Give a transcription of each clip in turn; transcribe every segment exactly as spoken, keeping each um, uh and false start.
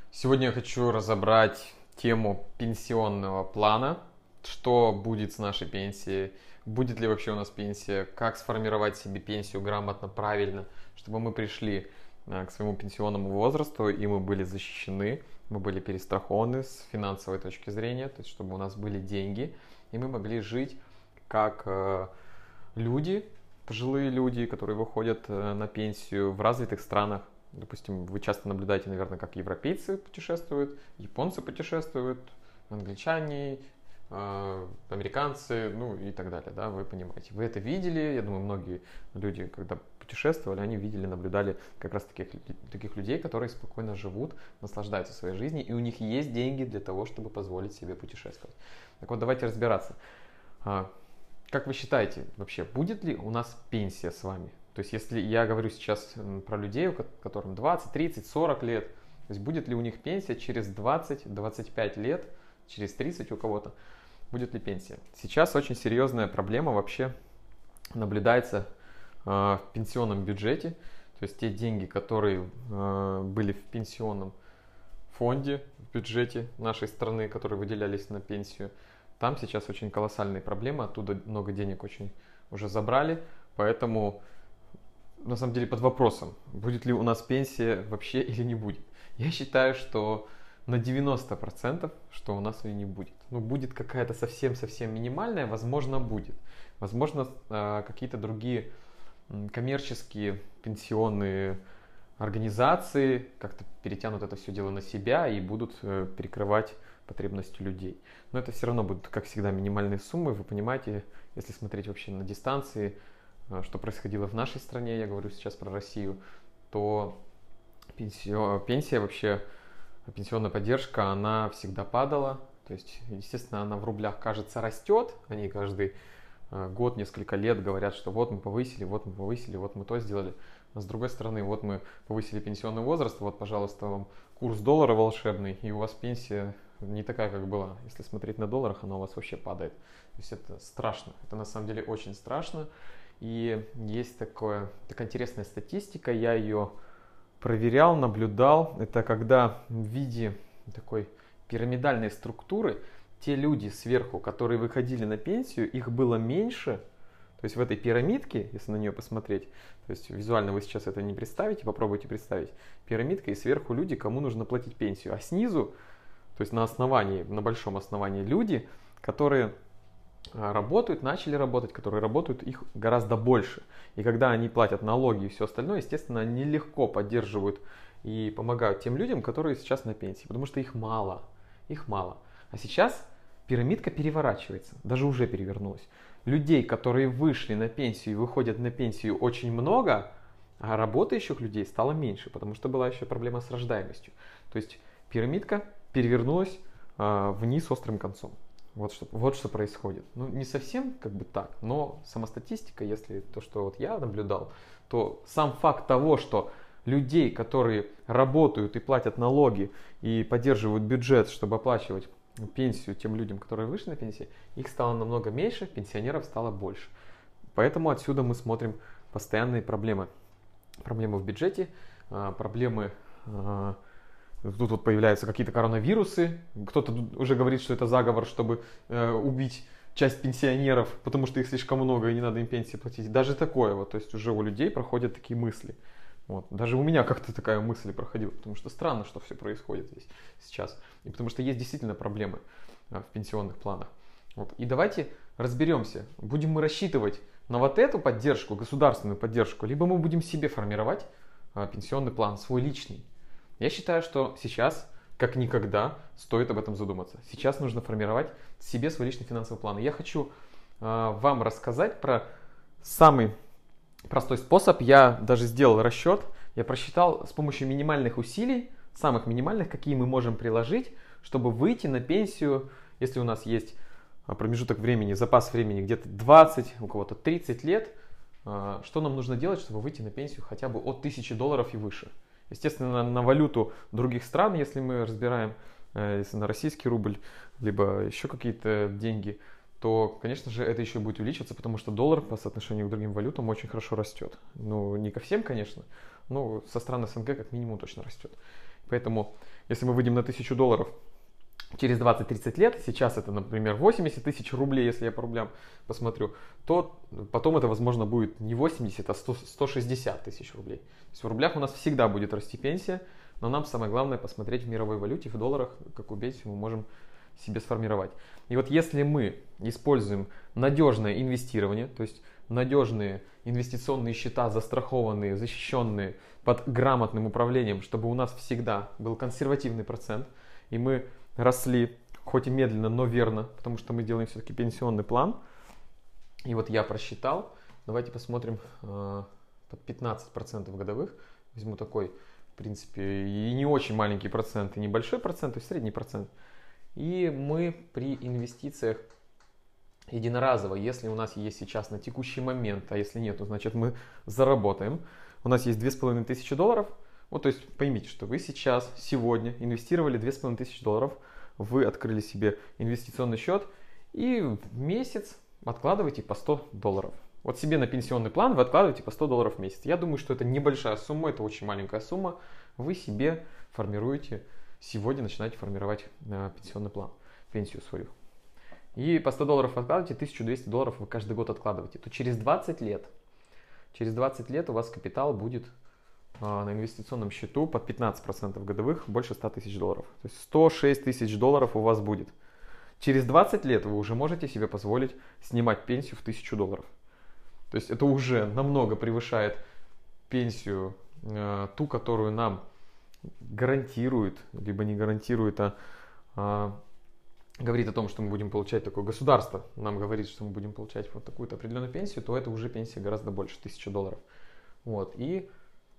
Сегодня я хочу разобрать тему пенсионного плана. Что будет с нашей пенсией? Будет ли вообще у нас пенсия? Как сформировать себе пенсию грамотно, правильно, чтобы мы пришли э, к своему пенсионному возрасту и мы были защищены, мы были перестрахованы с финансовой точки зрения, то есть чтобы у нас были деньги и мы могли жить как э, люди, пожилые люди, которые выходят э, на пенсию в развитых странах. Допустим, вы часто наблюдаете, наверное, как европейцы путешествуют, японцы путешествуют, англичане, э, американцы, ну и так далее, да, вы понимаете. Вы это видели, я думаю, многие люди, когда путешествовали, они видели, наблюдали как раз таких, таких людей, которые спокойно живут, наслаждаются своей жизнью, и у них есть деньги для того, чтобы позволить себе путешествовать. Так вот, давайте разбираться. Как вы считаете, вообще, будет ли у нас пенсия с вами? То есть, если я говорю сейчас про людей, которым двадцать, тридцать, сорок лет, то есть, будет ли у них пенсия через двадцать-двадцать пять лет, через тридцать у кого-то, будет ли пенсия? Сейчас очень серьезная проблема вообще наблюдается э, в пенсионном бюджете, то есть, те деньги, которые э, были в пенсионном фонде, в бюджете нашей страны, которые выделялись на пенсию, там сейчас очень колоссальные проблемы, оттуда много денег очень уже забрали, поэтому на самом деле под вопросом, будет ли у нас пенсия вообще или не будет. Я считаю, что на девяносто процентов, что у нас ее не будет. Ну, будет какая-то совсем-совсем минимальная, возможно, будет. Возможно, какие-то другие коммерческие пенсионные организации как-то перетянут это все дело на себя и будут перекрывать потребности людей. Но это все равно будут, как всегда, минимальные суммы. Вы понимаете, если смотреть вообще на дистанции, что происходило в нашей стране, я говорю сейчас про Россию, то пенсия, пенсия вообще, пенсионная поддержка, она всегда падала. То есть, естественно, она в рублях, кажется, растет. Они каждый год, несколько лет говорят, что вот мы повысили, вот мы повысили, вот мы то сделали. А с другой стороны, вот мы повысили пенсионный возраст, вот, пожалуйста, вам курс доллара волшебный, и у вас пенсия не такая, как была. Если смотреть на долларах, она у вас вообще падает. То есть это страшно. Это на самом деле очень страшно. И есть такое, такая интересная статистика, я ее проверял, наблюдал. Это когда в виде такой пирамидальной структуры те люди сверху, которые выходили на пенсию, их было меньше. То есть в этой пирамидке, если на нее посмотреть, то есть визуально вы сейчас это не представите, попробуйте представить. Пирамидка, и сверху люди, кому нужно платить пенсию. А снизу, то есть на основании, на большом основании люди, которые работают, начали работать, которые работают, их гораздо больше. И когда они платят налоги и все остальное, естественно, они легко поддерживают и помогают тем людям, которые сейчас на пенсии, потому что их мало, их мало. А сейчас пирамидка переворачивается, даже уже перевернулась. Людей, которые вышли на пенсию и выходят на пенсию, очень много, а работающих людей стало меньше, потому что была еще проблема с рождаемостью. То есть пирамидка перевернулась э, вниз острым концом. Вот что, вот что происходит. Ну, не совсем как бы так, но сама статистика, если то, что вот я наблюдал, то сам факт того, что людей, которые работают и платят налоги и поддерживают бюджет, чтобы оплачивать пенсию тем людям, которые вышли на пенсии, их стало намного меньше, пенсионеров стало больше. Поэтому отсюда мы смотрим постоянные проблемы. Проблемы в бюджете, проблемы... Тут вот появляются какие-то коронавирусы, кто-то уже говорит, что это заговор, чтобы э, убить часть пенсионеров, потому что их слишком много и не надо им пенсии платить. Даже такое вот, то есть уже у людей проходят такие мысли. Вот. Даже у меня как-то такая мысль проходила, потому что странно, что все происходит здесь сейчас. И потому что есть действительно проблемы э, в пенсионных планах. Вот. И давайте разберемся, будем мы рассчитывать на вот эту поддержку, государственную поддержку, либо мы будем себе формировать э, пенсионный план, свой личный. Я считаю, что сейчас, как никогда, стоит об этом задуматься. Сейчас нужно формировать себе свой личный финансовый план. И я хочу э, вам рассказать про самый простой способ. Я даже сделал расчет. Я просчитал с помощью минимальных усилий, самых минимальных, какие мы можем приложить, чтобы выйти на пенсию, если у нас есть промежуток времени, запас времени где-то двадцать, у кого-то тридцать лет. Э, что нам нужно делать, чтобы выйти на пенсию хотя бы от тысячи долларов и выше. Естественно, на, на валюту других стран, если мы разбираем, э, если на российский рубль, либо еще какие-то деньги, то, конечно же, это еще будет увеличиваться, потому что доллар по соотношению к другим валютам очень хорошо растет. Ну, не ко всем, конечно, но со стран СНГ как минимум точно растет. Поэтому, если мы выйдем на тысячу долларов через двадцать-тридцать лет, сейчас это, например, восемьдесят тысяч рублей, если я по рублям посмотрю, то потом это, возможно, будет не восемьдесят, а сто, сто шестьдесят тысяч рублей. То есть в рублях у нас всегда будет расти пенсия, но нам самое главное посмотреть в мировой валюте, в долларах, какую пенсию мы можем себе сформировать. И вот если мы используем надежное инвестирование, то есть надежные инвестиционные счета, застрахованные, защищенные под грамотным управлением, чтобы у нас всегда был консервативный процент, и мы росли, хоть и медленно, но верно, потому что мы делаем все-таки пенсионный план. И вот я просчитал, давайте посмотрим, под пятнадцать процентов годовых, возьму такой, в принципе, и не очень маленький процент, и небольшой процент, то есть средний процент. И мы при инвестициях единоразово, если у нас есть сейчас на текущий момент, а если нет, то значит мы заработаем. У нас есть две тысячи пятьсот долларов. Вот, то есть поймите, что вы сейчас, сегодня инвестировали две тысячи пятьсот долларов, вы открыли себе инвестиционный счет и в месяц откладываете по сто долларов. Вот себе на пенсионный план вы откладываете по сто долларов в месяц. Я думаю, что это небольшая сумма, это очень маленькая сумма. Вы себе формируете, сегодня начинаете формировать э, пенсионный план, пенсию свою. И по сто долларов откладываете, тысячу двести долларов вы каждый год откладываете. То через двадцать лет, через двадцать лет у вас капитал будет э, на инвестиционном счету под пятнадцать процентов годовых больше ста тысяч долларов. То есть сто шесть тысяч долларов у вас будет. Через двадцать лет вы уже можете себе позволить снимать пенсию в тысячу долларов. То есть это уже намного превышает пенсию, э, ту, которую нам гарантирует, либо не гарантирует, а, а говорит о том, что мы будем получать такое государство, нам говорит, что мы будем получать вот такую-то определенную пенсию, то это уже пенсия гораздо больше, тысячи долларов. Вот, и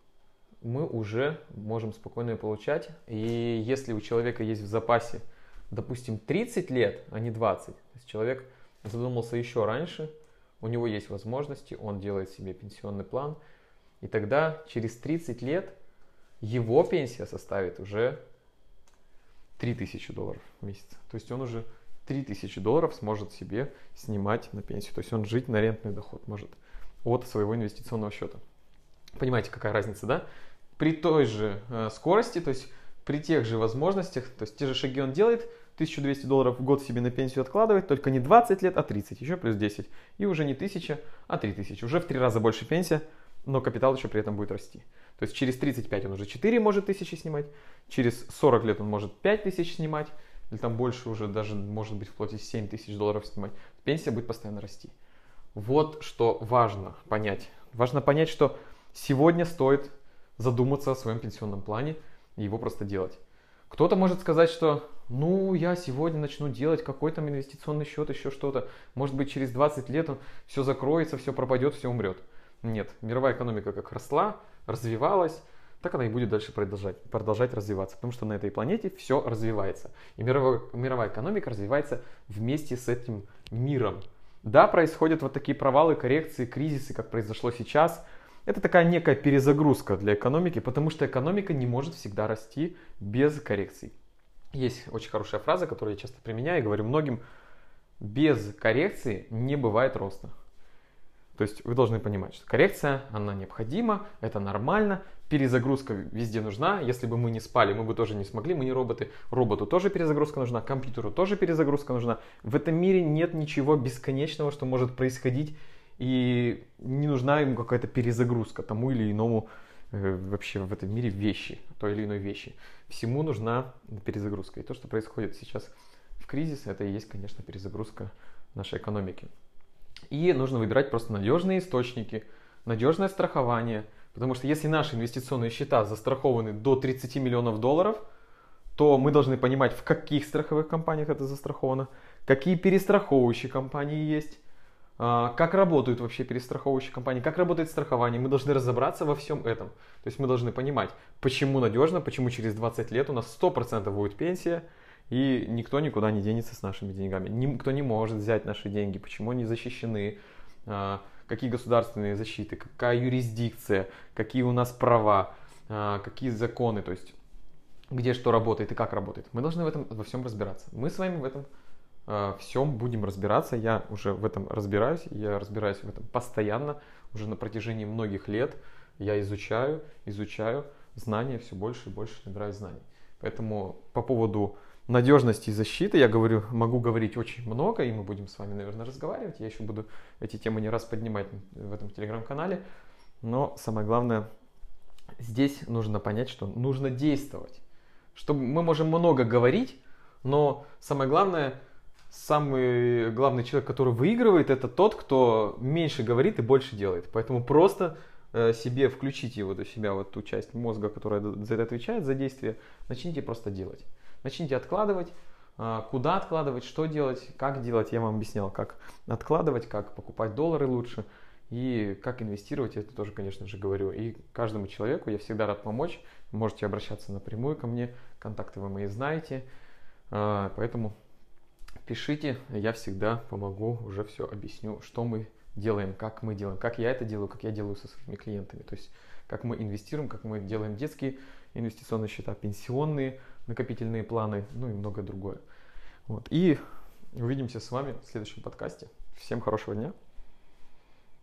мы уже можем спокойно ее получать. И если у человека есть в запасе, допустим, тридцать лет, а не двадцать, то есть человек задумался еще раньше, у него есть возможности, он делает себе пенсионный план, и тогда через тридцать лет его пенсия составит уже три тысячи долларов в месяц. То есть он уже три тысячи долларов сможет себе снимать на пенсию. То есть он жить на рентный доход может от своего инвестиционного счета. Понимаете, какая разница, да? При той же э, скорости, то есть при тех же возможностях, то есть те же шаги он делает, тысячу двести долларов в год себе на пенсию откладывает, только не двадцать лет, а тридцать, еще плюс десять. И уже не тысяча, а три тысячи. Уже в три раза больше пенсия, но капитал еще при этом будет расти. То есть через тридцать пять он уже четыре может тысячи снимать, через сорок лет он может пять тысяч снимать, или там больше уже даже может быть вплоть из семь тысяч долларов снимать. Пенсия будет постоянно расти. Вот что важно понять. Важно понять, что сегодня стоит задуматься о своем пенсионном плане и его просто делать. Кто-то может сказать, что ну я сегодня начну делать какой-то инвестиционный счет, еще что-то. Может быть через двадцать лет он все закроется, все пропадет, все умрет. Нет, мировая экономика как росла, развивалась, так она и будет дальше продолжать, продолжать развиваться, потому что на этой планете все развивается. И мировая, мировая экономика развивается вместе с этим миром. Да, происходят вот такие провалы, коррекции, кризисы, как произошло сейчас. Это такая некая перезагрузка для экономики, потому что экономика не может всегда расти без коррекций. Есть очень хорошая фраза, которую я часто применяю и говорю многим: без коррекции не бывает роста. То есть вы должны понимать, что коррекция, она необходима, это нормально, перезагрузка везде нужна. Если бы мы не спали, мы бы тоже не смогли, мы не роботы. Роботу тоже перезагрузка нужна, компьютеру тоже перезагрузка нужна. В этом мире нет ничего бесконечного, что может происходить, и не нужна ему какая-то перезагрузка тому или иному э, вообще в этом мире вещи, той или иной вещи. Всему нужна перезагрузка. И то, что происходит сейчас в кризисе, это и есть, конечно, перезагрузка нашей экономики. И нужно выбирать просто надежные источники, надежное страхование. Потому что если наши инвестиционные счета застрахованы до тридцати миллионов долларов, то мы должны понимать, в каких страховых компаниях это застраховано, какие перестраховывающие компании есть, как работают вообще перестраховывающие компании, как работает страхование. Мы должны разобраться во всем этом. То есть мы должны понимать, почему надежно, почему через двадцать лет у нас сто процентов будет пенсия, и никто никуда не денется с нашими деньгами. Никто не может взять наши деньги, почему они защищены, какие государственные защиты, какая юрисдикция, какие у нас права, какие законы, то есть где что работает и как работает. Мы должны в этом, во всем разбираться. Мы с вами в этом всем будем разбираться. Я уже в этом разбираюсь, я разбираюсь в этом постоянно, уже на протяжении многих лет. Я изучаю, изучаю, знания, все больше и больше набираю знаний. Поэтому по поводу надежности и защиты я говорю, могу говорить очень много, и мы будем с вами, наверное, разговаривать. Я еще буду эти темы не раз поднимать в этом телеграм-канале. Но самое главное, здесь нужно понять, что нужно действовать. Что мы можем много говорить, но самое главное, самый главный человек, который выигрывает, это тот, кто меньше говорит и больше делает. Поэтому просто э, себе включите вот у себя вот ту часть мозга, которая за это отвечает, за действие, начните просто делать. Начните откладывать, э, куда откладывать, что делать, как делать. Я вам объяснял, как откладывать, как покупать доллары лучше и как инвестировать. Это тоже, конечно же, говорю. И каждому человеку я всегда рад помочь. Можете обращаться напрямую ко мне, контакты вы мои знаете. Э, поэтому... Пишите, я всегда помогу, уже все объясню, что мы делаем, как мы делаем, как я это делаю, как я делаю со своими клиентами. То есть, как мы инвестируем, как мы делаем детские инвестиционные счета, пенсионные, накопительные планы, ну и многое другое. Вот. И увидимся с вами в следующем подкасте. Всем хорошего дня.